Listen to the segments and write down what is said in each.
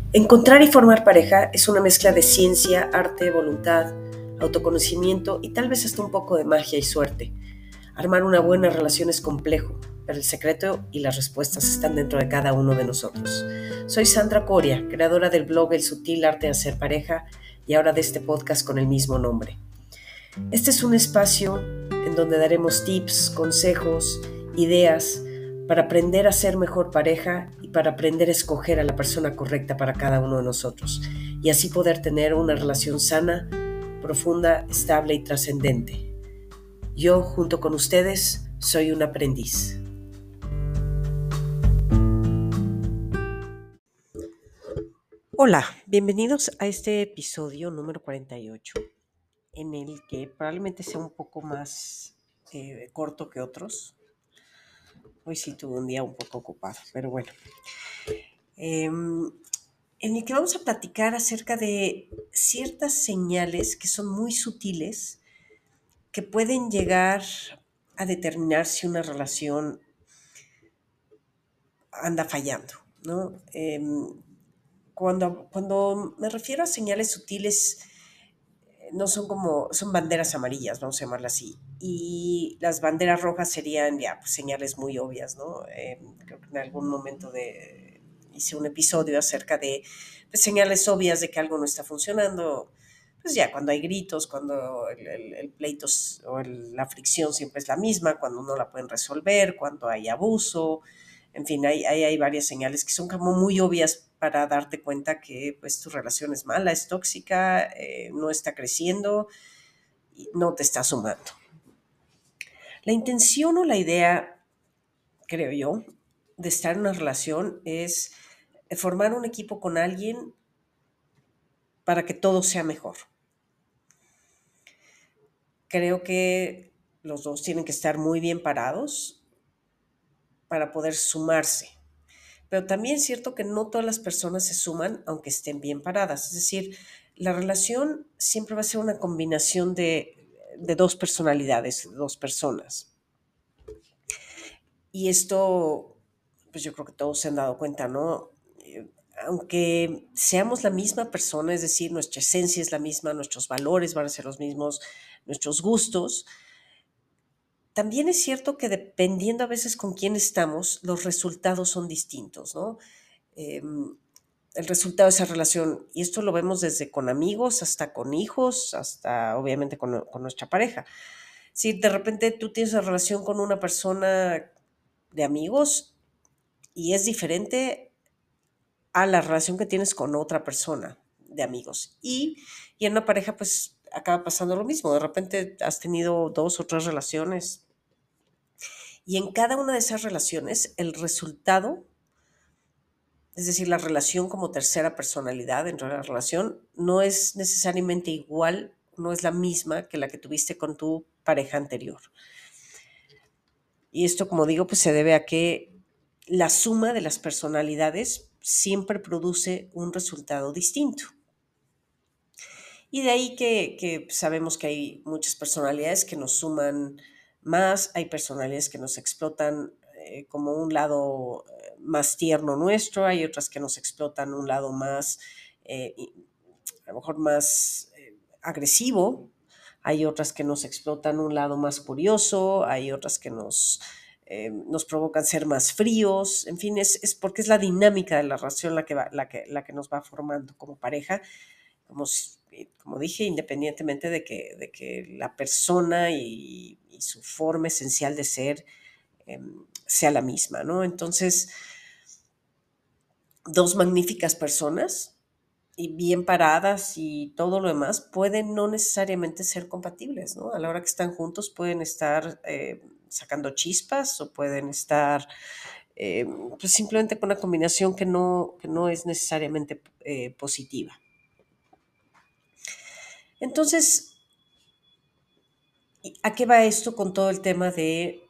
Encontrar y formar pareja es una mezcla de ciencia, arte, voluntad, autoconocimiento y tal vez hasta un poco de magia y suerte. Armar una buena relación es complejo, pero el secreto y las respuestas están dentro de cada uno de nosotros. Soy Sandra Coria, creadora del blog El sutil arte de hacer pareja y ahora de este podcast con el mismo nombre. Este es un espacio en donde daremos tips, consejos, ideas para aprender a ser mejor pareja y para aprender a escoger a la persona correcta para cada uno de nosotros y así poder tener una relación sana, profunda, estable y trascendente. Yo, junto con ustedes, soy un aprendiz. Hola, bienvenidos a este episodio número 48, en el que probablemente sea un poco más corto que otros. Hoy sí tuve un día un poco ocupado, pero bueno. En el que vamos a platicar acerca de ciertas señales que son muy sutiles, que pueden llegar a determinar si una relación anda fallando, ¿no? Cuando me refiero a señales sutiles, no son como, son banderas amarillas, vamos a llamarlas así. Y las banderas rojas serían ya pues, señales muy obvias, ¿no? Creo que en algún momento hice un episodio acerca de pues, señales obvias de que algo no está funcionando. Pues ya cuando hay gritos, cuando el pleito o la fricción siempre es la misma, cuando no la pueden resolver, cuando hay abuso, en fin, hay varias señales que son como muy obvias para darte cuenta que pues tu relación es mala, es tóxica, no está creciendo y no te está sumando. La intención o la idea, creo yo, de estar en una relación es formar un equipo con alguien para que todo sea mejor. Creo que los dos tienen que estar muy bien parados para poder sumarse. Pero también es cierto que no todas las personas se suman aunque estén bien paradas. Es decir, la relación siempre va a ser una combinación de dos personalidades, de dos personas. Y esto, pues yo creo que todos se han dado cuenta, ¿no? Aunque seamos la misma persona, es decir, nuestra esencia es la misma, nuestros valores van a ser los mismos, nuestros gustos, también es cierto que dependiendo a veces con quién estamos, los resultados son distintos, ¿no? Eh, el resultado de esa relación, y esto lo vemos desde con amigos hasta con hijos, hasta obviamente con nuestra pareja. Si de repente tú tienes una relación con una persona de amigos y es diferente a la relación que tienes con otra persona de amigos. Y en una pareja pues acaba pasando lo mismo. De repente has tenido dos o tres relaciones y en cada una de esas relaciones el resultado, es decir, la relación como tercera personalidad dentro de la relación, no es necesariamente igual, no es la misma que la que tuviste con tu pareja anterior. Y esto, como digo, pues se debe a que la suma de las personalidades siempre produce un resultado distinto. Y de ahí que sabemos que hay muchas personalidades que nos suman más, hay personalidades que nos explotan como un lado más tierno nuestro, hay otras que nos explotan un lado más, a lo mejor más agresivo, hay otras que nos explotan un lado más curioso, hay otras que nos provocan ser más fríos, en fin, es porque es la dinámica de la relación la que nos va formando como pareja como dije, independientemente de que la persona y su forma esencial de ser sea la misma, ¿no? Entonces, dos magníficas personas y bien paradas y todo lo demás pueden no necesariamente ser compatibles, ¿no? A la hora que están juntos pueden estar sacando chispas o pueden estar eh, pues simplemente con una combinación que no es necesariamente positiva. Entonces, ¿a qué va esto con todo el tema de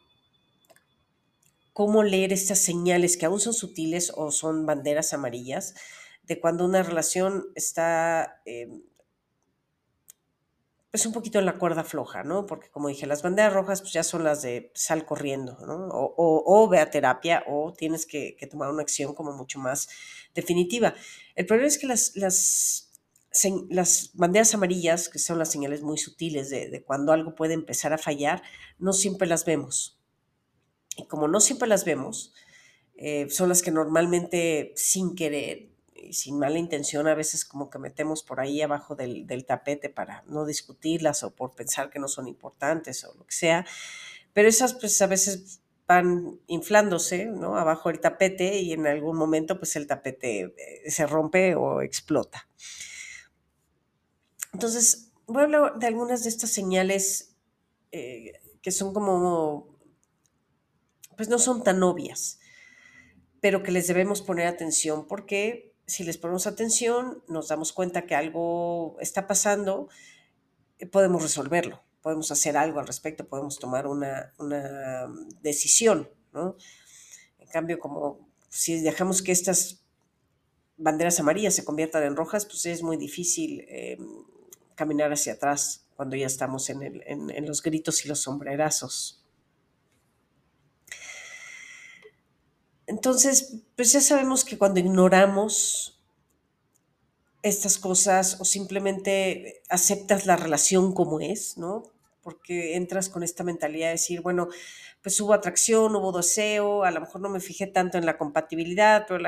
cómo leer estas señales que aún son sutiles o son banderas amarillas de cuando una relación está pues un poquito en la cuerda floja, ¿no? Porque como dije, las banderas rojas pues ya son las de sal corriendo, ¿no? O ve a terapia o tienes que tomar una acción como mucho más definitiva. El problema es que las banderas amarillas, que son las señales muy sutiles de cuando algo puede empezar a fallar, no siempre las vemos. Y como no siempre las vemos, son las que normalmente sin querer y sin mala intención a veces como que metemos por ahí abajo del tapete para no discutirlas o por pensar que no son importantes o lo que sea, pero esas pues a veces van inflándose, ¿no? Abajo del tapete y en algún momento pues el tapete se rompe o explota. Entonces, voy a hablar de algunas de estas señales que son como, pues no son tan obvias, pero que les debemos poner atención porque si les ponemos atención nos damos cuenta que algo está pasando, podemos resolverlo, podemos hacer algo al respecto, podemos tomar una decisión, ¿no? En cambio, como si dejamos que estas banderas amarillas se conviertan en rojas, pues es muy difícil caminar hacia atrás cuando ya estamos en los gritos y los sombrerazos. Entonces, pues ya sabemos que cuando ignoramos estas cosas o simplemente aceptas la relación como es, ¿no? Porque entras con esta mentalidad de decir, bueno, pues hubo atracción, hubo deseo, a lo mejor no me fijé tanto en la compatibilidad, pero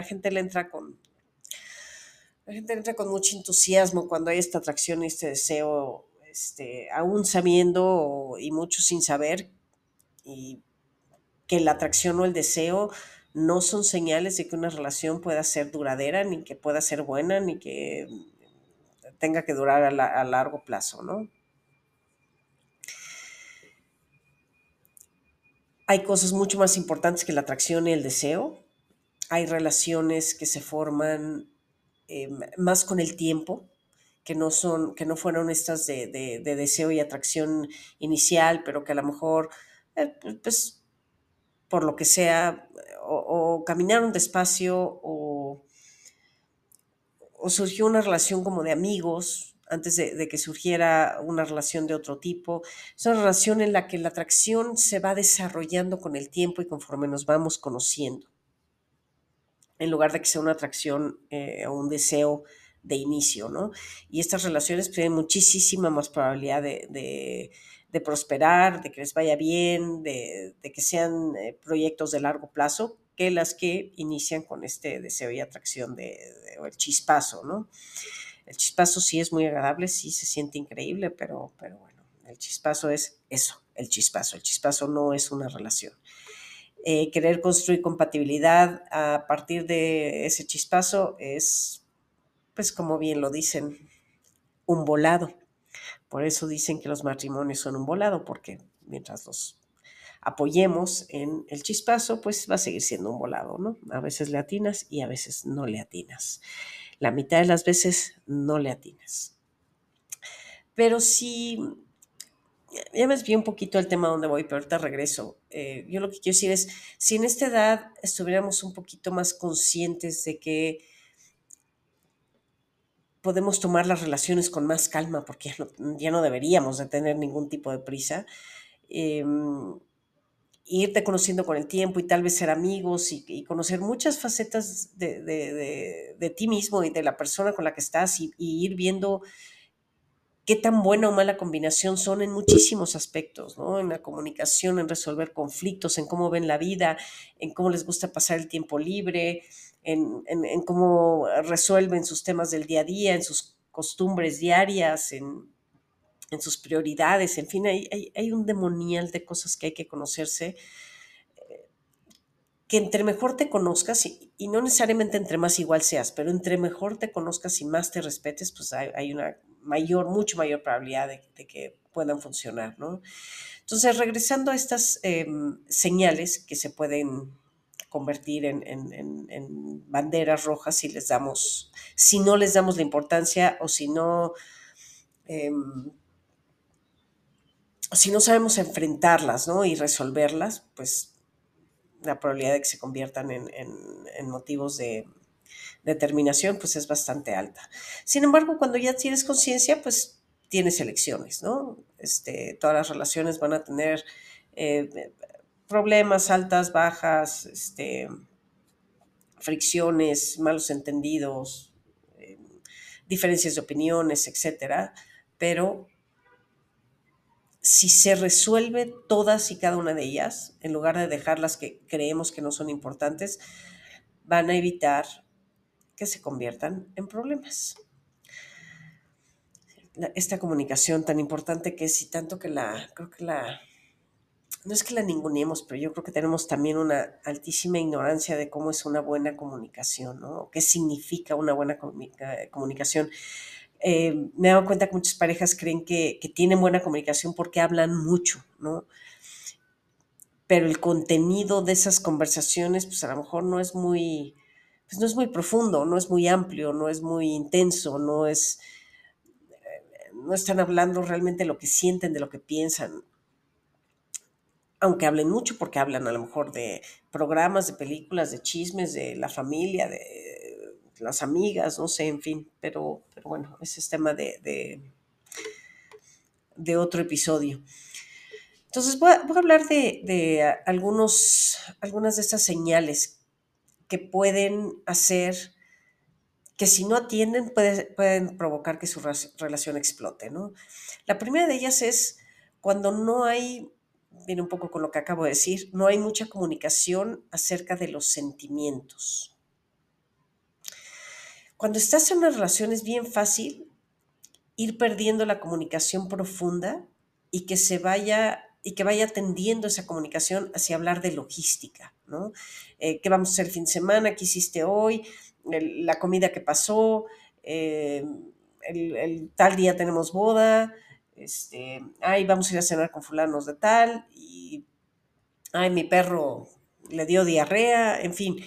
la gente entra con mucho entusiasmo cuando hay esta atracción y este deseo, aún sabiendo y mucho sin saber, y que la atracción o el deseo no son señales de que una relación pueda ser duradera, ni que pueda ser buena, ni que tenga que durar a largo plazo, ¿no? Hay cosas mucho más importantes que la atracción y el deseo. Hay relaciones que se forman más con el tiempo, que no fueron estas de deseo y atracción inicial, pero que a lo mejor, pues, por lo que sea, o caminaron despacio, o surgió una relación como de amigos antes de que surgiera una relación de otro tipo. Es una relación en la que la atracción se va desarrollando con el tiempo y conforme nos vamos conociendo, en lugar de que sea una atracción o un deseo de inicio, ¿no? Y estas relaciones tienen muchísima más probabilidad de prosperar, de que les vaya bien, de que sean proyectos de largo plazo, que las que inician con este deseo y atracción o el chispazo, ¿no? El chispazo sí es muy agradable, sí se siente increíble, pero bueno, el chispazo es eso, el chispazo. El chispazo no es una relación. Querer construir compatibilidad a partir de ese chispazo es, pues como bien lo dicen, un volado. Por eso dicen que los matrimonios son un volado, porque mientras los apoyemos en el chispazo, pues va a seguir siendo un volado, ¿no? A veces le atinas y a veces no le atinas. La mitad de las veces no le atinas. Pero sí, ya me desvié un poquito del tema donde voy, pero ahorita regreso. Yo lo que quiero decir es, si en esta edad estuviéramos un poquito más conscientes de que podemos tomar las relaciones con más calma, porque ya no deberíamos de tener ningún tipo de prisa, eh, irte conociendo con el tiempo y tal vez ser amigos y conocer muchas facetas de ti mismo y de la persona con la que estás y ir viendo qué tan buena o mala combinación son en muchísimos aspectos, ¿no? En la comunicación, en resolver conflictos, en cómo ven la vida, en cómo les gusta pasar el tiempo libre, en cómo resuelven sus temas del día a día, en sus costumbres diarias, en sus prioridades, en fin, hay un demonial de cosas que hay que conocerse, que entre mejor te conozcas, y no necesariamente entre más igual seas, pero entre mejor te conozcas y más te respetes, pues hay una mucho mayor probabilidad de que puedan funcionar, ¿no? Entonces, regresando a estas señales que se pueden convertir en banderas rojas si no les damos la importancia o eh, si no sabemos enfrentarlas, ¿no? Y resolverlas, pues la probabilidad de que se conviertan en motivos de determinación, pues es bastante alta. Sin embargo, cuando ya tienes conciencia, pues tienes elecciones, ¿no? Todas las relaciones van a tener eh, problemas, altas, bajas, fricciones, malos entendidos, eh, diferencias de opiniones, etcétera. Pero si se resuelve todas y cada una de ellas, en lugar de dejar las que creemos que no son importantes, van a evitar que se conviertan en problemas. Esta comunicación tan importante que es y tanto que creo que no es que la ninguneemos, pero yo creo que tenemos también una altísima ignorancia de cómo es una buena comunicación, ¿no? ¿Qué significa una buena comunicación? Me he dado cuenta que muchas parejas creen que tienen buena comunicación porque hablan mucho, ¿no? Pero el contenido de esas conversaciones, pues a lo mejor pues no es muy profundo, no es muy amplio, no es muy intenso, no están hablando realmente de lo que sienten, de lo que piensan, aunque hablen mucho, porque hablan a lo mejor de programas, de películas, de chismes, de la familia, de las amigas, no sé, en fin, pero bueno, ese es tema de otro episodio. Entonces voy a hablar de algunas de estas señales que pueden hacer que si no atienden pueden provocar que su relación explote, ¿no? La primera de ellas es cuando no hay, viene un poco con lo que acabo de decir, no hay mucha comunicación acerca de los sentimientos. Cuando estás en una relación es bien fácil ir perdiendo la comunicación profunda y que vaya tendiendo esa comunicación hacia hablar de logística, ¿no? ¿Qué vamos a hacer el fin de semana? ¿Qué hiciste hoy? La comida que pasó, eh, el tal día tenemos boda, ay, vamos a ir a cenar con fulanos de tal, y ay, mi perro le dio diarrea, en fin,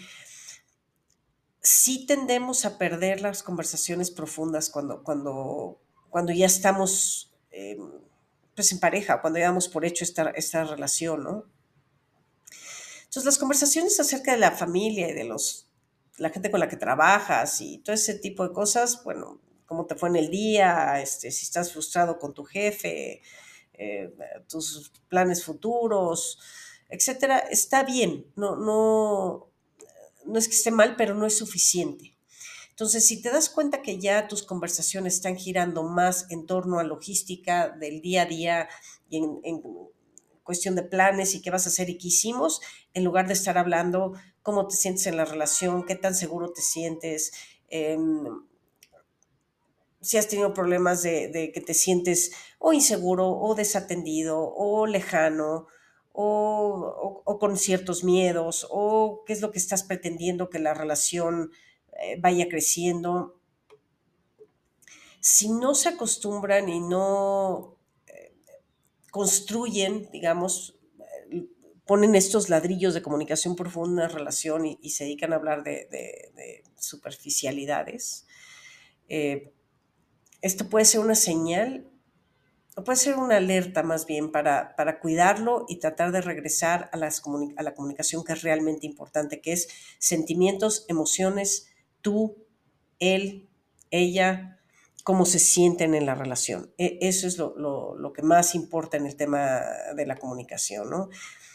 sí tendemos a perder las conversaciones profundas cuando ya estamos pues en pareja, cuando ya damos por hecho esta relación, ¿no? Entonces las conversaciones acerca de la familia y de la gente con la que trabajas y todo ese tipo de cosas, bueno, cómo te fue en el día, si estás frustrado con tu jefe, tus planes futuros, etcétera, está bien, no es que esté mal, pero no es suficiente. Entonces, si te das cuenta que ya tus conversaciones están girando más en torno a logística del día a día y en cuestión de planes y qué vas a hacer y qué hicimos, en lugar de estar hablando cómo te sientes en la relación, qué tan seguro te sientes, eh, si has tenido problemas de que te sientes o inseguro o desatendido o lejano o con ciertos miedos o qué es lo que estás pretendiendo que la relación vaya creciendo. Si no se acostumbran y no construyen, digamos, ponen estos ladrillos de comunicación profunda en una relación y se dedican a hablar de superficialidades, eh, esto puede ser una señal o puede ser una alerta más bien para cuidarlo y tratar de regresar a la comunicación que es realmente importante, que es sentimientos, emociones, tú, él, ella, cómo se sienten en la relación. Eso es lo que más importa en el tema de la comunicación, ¿no?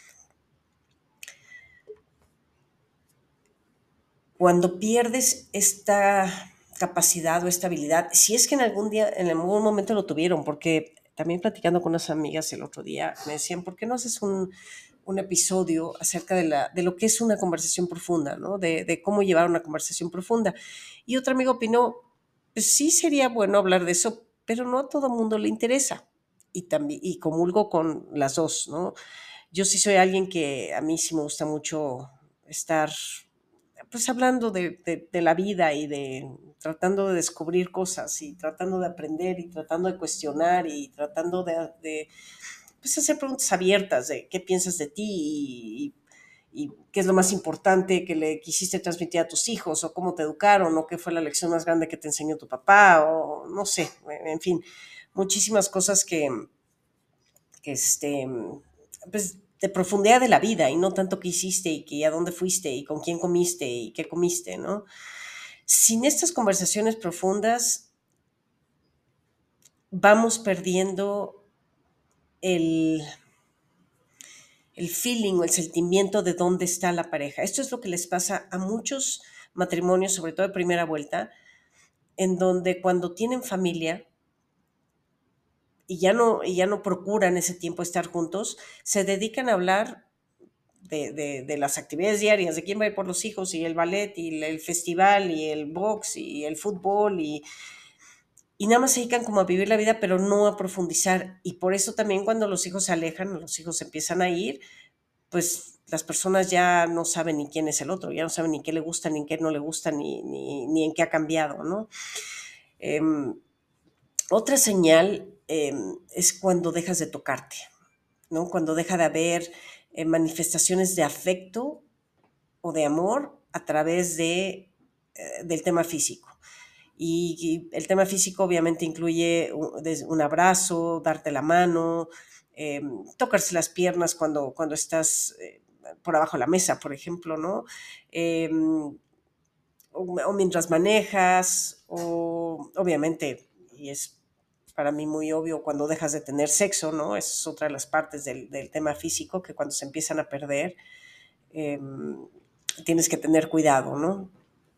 Cuando pierdes esta capacidad o esta habilidad, si es que en algún momento lo tuvieron, porque también platicando con unas amigas el otro día, me decían, ¿por qué no haces un episodio acerca de lo que es una conversación profunda, ¿no? De cómo llevar una conversación profunda? Y otro amigo opinó, pues sí sería bueno hablar de eso, pero no a todo mundo le interesa. Y comulgo con las dos, ¿no? Yo sí soy alguien que a mí sí me gusta mucho estar pues hablando de la vida y de tratando de descubrir cosas y tratando de aprender y tratando de cuestionar y tratando pues hacer preguntas abiertas de qué piensas de ti y qué es lo más importante que le quisiste transmitir a tus hijos o cómo te educaron o qué fue la lección más grande que te enseñó tu papá o no sé, en fin, muchísimas cosas que pues de profundidad de la vida y no tanto qué hiciste y que a dónde fuiste y con quién comiste y qué comiste, ¿no? Sin estas conversaciones profundas, vamos perdiendo el, el feeling o el sentimiento de dónde está la pareja. Esto es lo que les pasa a muchos matrimonios, sobre todo de primera vuelta, en donde cuando tienen familia y ya no procuran ese tiempo estar juntos, se dedican a hablar de las actividades diarias, de quién va a ir por los hijos y el ballet y el festival y el box y el fútbol y nada más se dedican como a vivir la vida, pero no a profundizar. Y por eso también cuando los hijos se alejan, los hijos empiezan a ir, pues las personas ya no saben ni quién es el otro, ya no saben ni qué le gusta, ni qué no le gusta, ni en qué ha cambiado, ¿no? Eh, Otra señal es cuando dejas de tocarte, ¿no? Cuando deja de haber manifestaciones de afecto o de amor a través del tema físico. Y el tema físico obviamente incluye un abrazo, darte la mano, eh, tocarse las piernas cuando estás por abajo de la mesa, por ejemplo, ¿no? Eh, o mientras manejas, o obviamente, y es para mí muy obvio cuando dejas de tener sexo, ¿no? Es otra de las partes del tema físico que cuando se empiezan a perder, eh, tienes que tener cuidado, ¿no?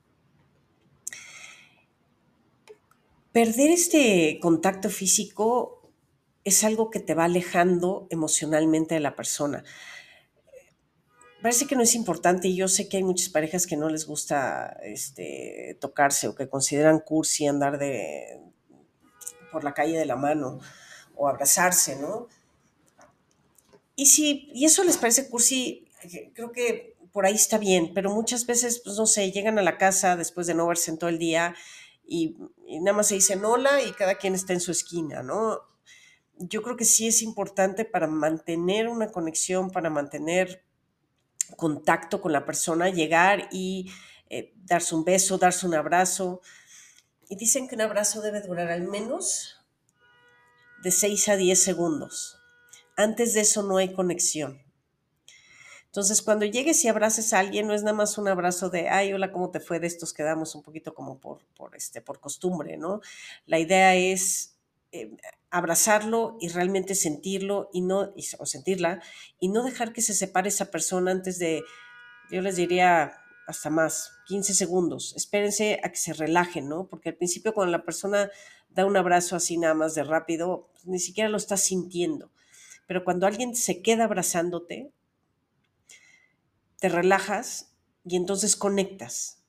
Perder este contacto físico es algo que te va alejando emocionalmente de la persona. Parece que no es importante y yo sé que hay muchas parejas que no les gusta tocarse o que consideran cursi andar por la calle de la mano o abrazarse, ¿no? Y si y eso les parece cursi, creo que por ahí está bien, pero muchas veces, pues no sé, llegan a la casa después de no verse en todo el día y nada más se dicen hola y cada quien está en su esquina, ¿no? Yo creo que sí es importante para mantener una conexión, para mantener contacto con la persona, llegar y darse un beso, darse un abrazo. Y dicen que un abrazo debe durar al menos de 6 a 10 segundos. Antes de eso no hay conexión. Entonces, cuando llegues y abraces a alguien, no es nada más un abrazo de, ay, hola, ¿cómo te fue? De estos que damos un poquito como por costumbre, ¿no? La idea es eh, abrazarlo y realmente sentirlo o sentirla y no dejar que se separe esa persona antes de, yo les diría hasta más, 15 segundos. Espérense a que se relajen, ¿no? Porque al principio cuando la persona da un abrazo así nada más de rápido, pues, ni siquiera lo estás sintiendo. Pero cuando alguien se queda abrazándote, te relajas y entonces conectas.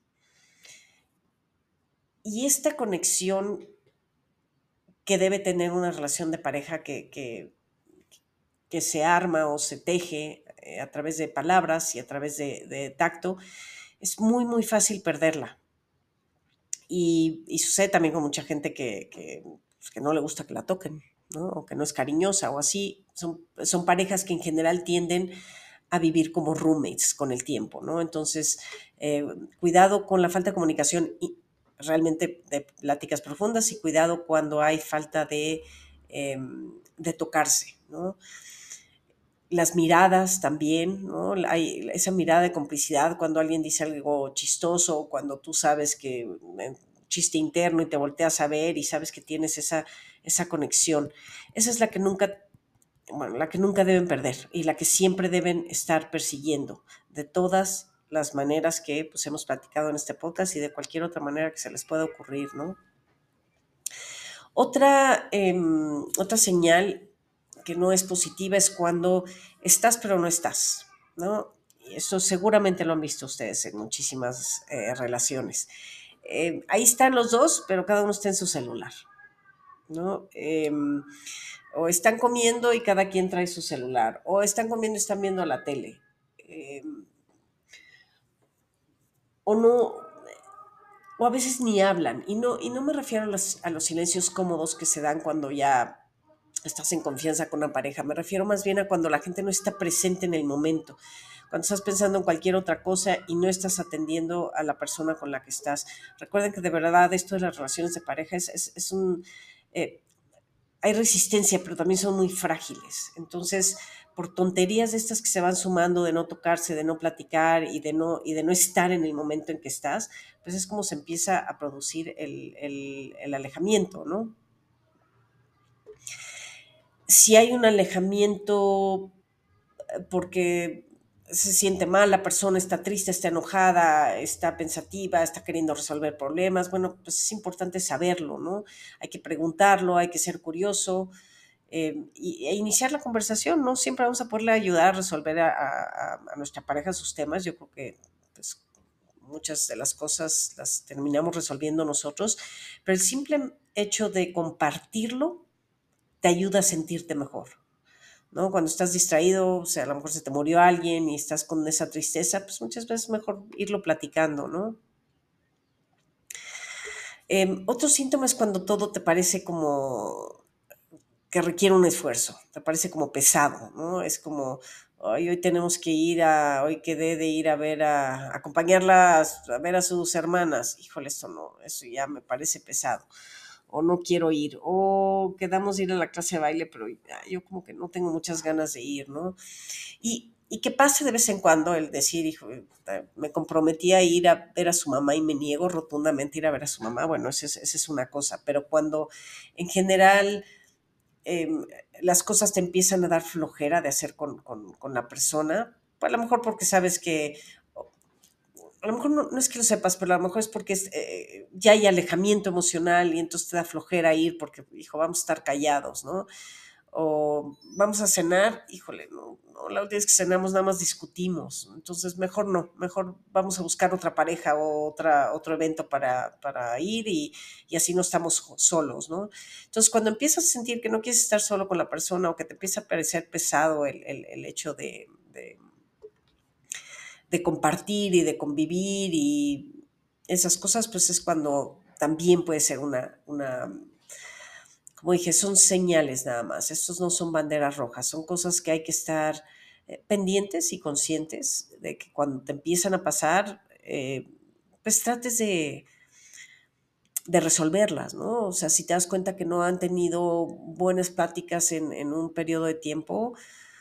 Y esta conexión que debe tener una relación de pareja que se arma o se teje a través de palabras y a través de tacto, es muy, muy fácil perderla. Y sucede también con mucha gente pues, que no le gusta que la toquen, ¿no? O que no es cariñosa o así. Son parejas que en general tienden a vivir como roommates con el tiempo, ¿no? Entonces, cuidado con la falta de comunicación y realmente de pláticas profundas y cuidado cuando hay falta de tocarse, ¿no? Las miradas también, ¿no? Hay esa mirada de complicidad cuando alguien dice algo chistoso, cuando tú sabes que chiste interno y te volteas a ver y sabes que tienes esa conexión. Esa es la que nunca, bueno, la que nunca deben perder y la que siempre deben estar persiguiendo de todas las maneras que pues, hemos platicado en este podcast y de cualquier otra manera que se les pueda ocurrir, ¿no? Otra señal que no es positiva es cuando estás pero no estás, ¿no? Y eso seguramente lo han visto ustedes en muchísimas relaciones. Ahí están los dos, pero cada uno está en su celular, ¿no? O están comiendo y cada quien trae su celular, o están comiendo y están viendo la tele, eh, o no, o a veces ni hablan. Y no me refiero a los silencios cómodos que se dan cuando ya estás en confianza con una pareja. Me refiero más bien a cuando la gente no está presente en el momento, cuando estás pensando en cualquier otra cosa y no estás atendiendo a la persona con la que estás. Recuerden que de verdad esto de las relaciones de pareja es un... hay resistencia, pero también son muy frágiles. Entonces, por tonterías de estas que se van sumando, de no tocarse, de no platicar y de no estar en el momento en que estás, pues es como se empieza a producir el alejamiento, ¿no? Si hay un alejamiento porque se siente mal, la persona está triste, está enojada, está pensativa, está queriendo resolver problemas, bueno, pues es importante saberlo, ¿no? Hay que preguntarlo, hay que ser curioso e iniciar la conversación, ¿no? Siempre vamos a poderle ayudar a resolver a nuestra pareja sus temas. Yo creo que pues, muchas de las cosas las terminamos resolviendo nosotros, pero el simple hecho de compartirlo te ayuda a sentirte mejor. ¿No? Cuando estás distraído, o sea, a lo mejor se te murió alguien y estás con esa tristeza, pues muchas veces es mejor irlo platicando, ¿no? Otro síntoma es cuando todo te parece como que requiere un esfuerzo, te parece como pesado, ¿no? Es como, "Ay, hoy tenemos que ir hoy quedé de ir a ver acompañarla a ver a sus hermanas, híjole, esto no, eso ya me parece pesado, o no quiero ir, o quedamos de ir a la clase de baile, pero yo como que no tengo muchas ganas de ir, ¿no? Y que pase de vez en cuando el decir, hijo, me comprometí a ir a ver a su mamá y me niego rotundamente a ir a ver a su mamá, bueno, esa es una cosa, pero cuando en general eh, las cosas te empiezan a dar flojera de hacer con la persona, pues a lo mejor porque sabes que, a lo mejor no es que lo sepas, pero a lo mejor es porque ya hay alejamiento emocional y entonces te da flojera ir porque, hijo, vamos a estar callados, ¿no? O vamos a cenar, híjole, no, la última vez que cenamos nada más discutimos, entonces mejor no, mejor vamos a buscar otra pareja o otro evento para ir y así no estamos solos, ¿no? Entonces cuando empiezas a sentir que no quieres estar solo con la persona o que te empieza a parecer pesado el hecho de compartir y de convivir y esas cosas, pues es cuando también puede ser como dije, son señales nada más. Estos no son banderas rojas, son cosas que hay que estar pendientes y conscientes de que cuando te empiezan a pasar, pues trates de resolverlas, ¿no? O sea, si te das cuenta que no han tenido buenas pláticas en un periodo de tiempo,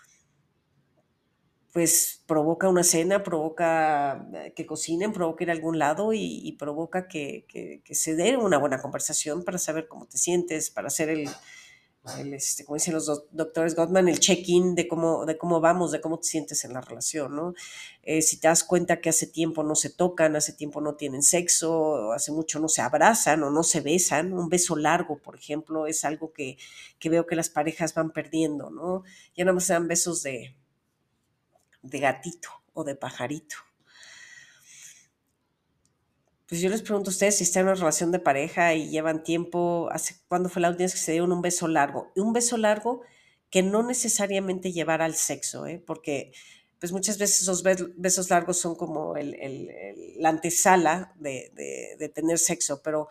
pues provoca una cena, provoca que cocinen, provoca ir a algún lado y provoca que se dé una buena conversación para saber cómo te sientes, para hacer como dicen los doctores Gottman, el check-in de cómo vamos, de cómo te sientes en la relación, ¿no? Si te das cuenta que hace tiempo no se tocan, hace tiempo no tienen sexo, hace mucho no se abrazan o no se besan, un beso largo, por ejemplo, es algo que veo que las parejas van perdiendo, ¿no? Ya nada más se dan besos de gatito o de pajarito. Pues yo les pregunto a ustedes si están en una relación de pareja y llevan tiempo, ¿cuándo fue la última vez que se dieron un beso largo? Y un beso largo que no necesariamente llevara al sexo, ¿eh? Porque pues muchas veces esos besos largos son como la antesala de tener sexo, pero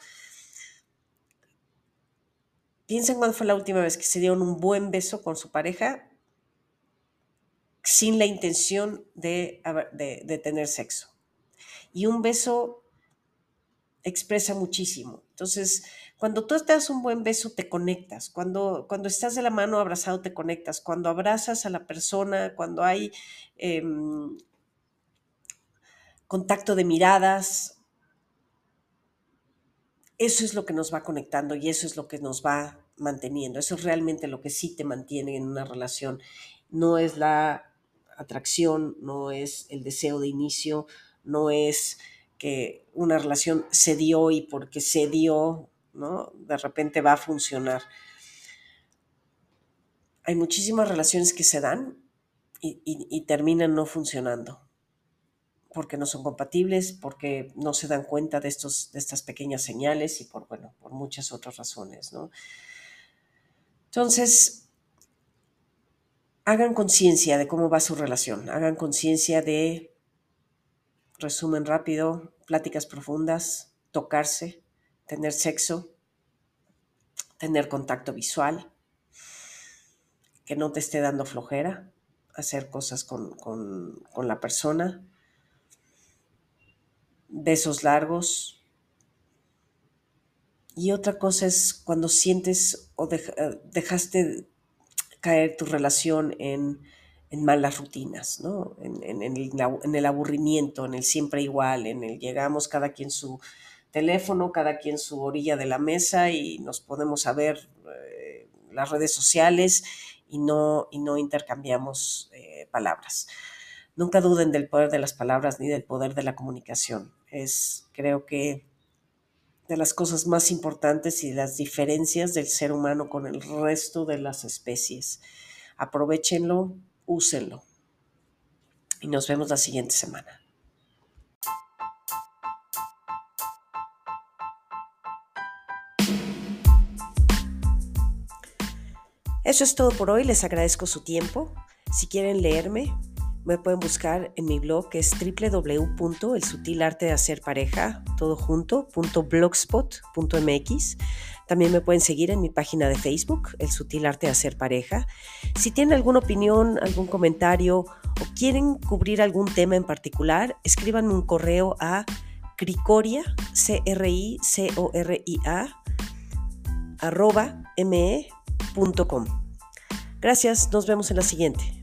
piensen cuándo fue la última vez que se dieron un buen beso con su pareja sin la intención de tener sexo. Y un beso expresa muchísimo. Entonces, cuando tú te das un buen beso, te conectas. Cuando estás de la mano abrazado, te conectas. Cuando abrazas a la persona, cuando hay eh, contacto de miradas, eso es lo que nos va conectando y eso es lo que nos va manteniendo. Eso es realmente lo que sí te mantiene en una relación. No es la atracción, no es el deseo de inicio, no es que una relación se dio y porque se dio, ¿no? De repente va a funcionar. Hay muchísimas relaciones que se dan y terminan no funcionando porque no son compatibles, porque no se dan cuenta de estas pequeñas señales y por muchas otras razones, ¿no? Entonces, hagan conciencia de cómo va su relación, hagan conciencia de, resumen rápido, pláticas profundas, tocarse, tener sexo, tener contacto visual, que no te esté dando flojera, hacer cosas con la persona, besos largos. Y otra cosa es cuando sientes o dejaste caer tu relación en malas rutinas, ¿no? En el aburrimiento, en el siempre igual, en el llegamos cada quien su teléfono, cada quien su orilla de la mesa y nos podemos a ver las redes sociales y no intercambiamos palabras. Nunca duden del poder de las palabras ni del poder de la comunicación. Creo que de las cosas más importantes y las diferencias del ser humano con el resto de las especies. Aprovéchenlo, úsenlo y nos vemos la siguiente semana. Eso es todo por hoy, les agradezco su tiempo. Si quieren leerme, me pueden buscar en mi blog, que es www.elsutilartedehacerpareja.blogspot.mx. También me pueden seguir en mi página de Facebook, El Sutil Arte de Hacer Pareja. Si tienen alguna opinión, algún comentario o quieren cubrir algún tema en particular, escríbanme un correo a cricoria, cricoria, @me.com. Gracias, nos vemos en la siguiente.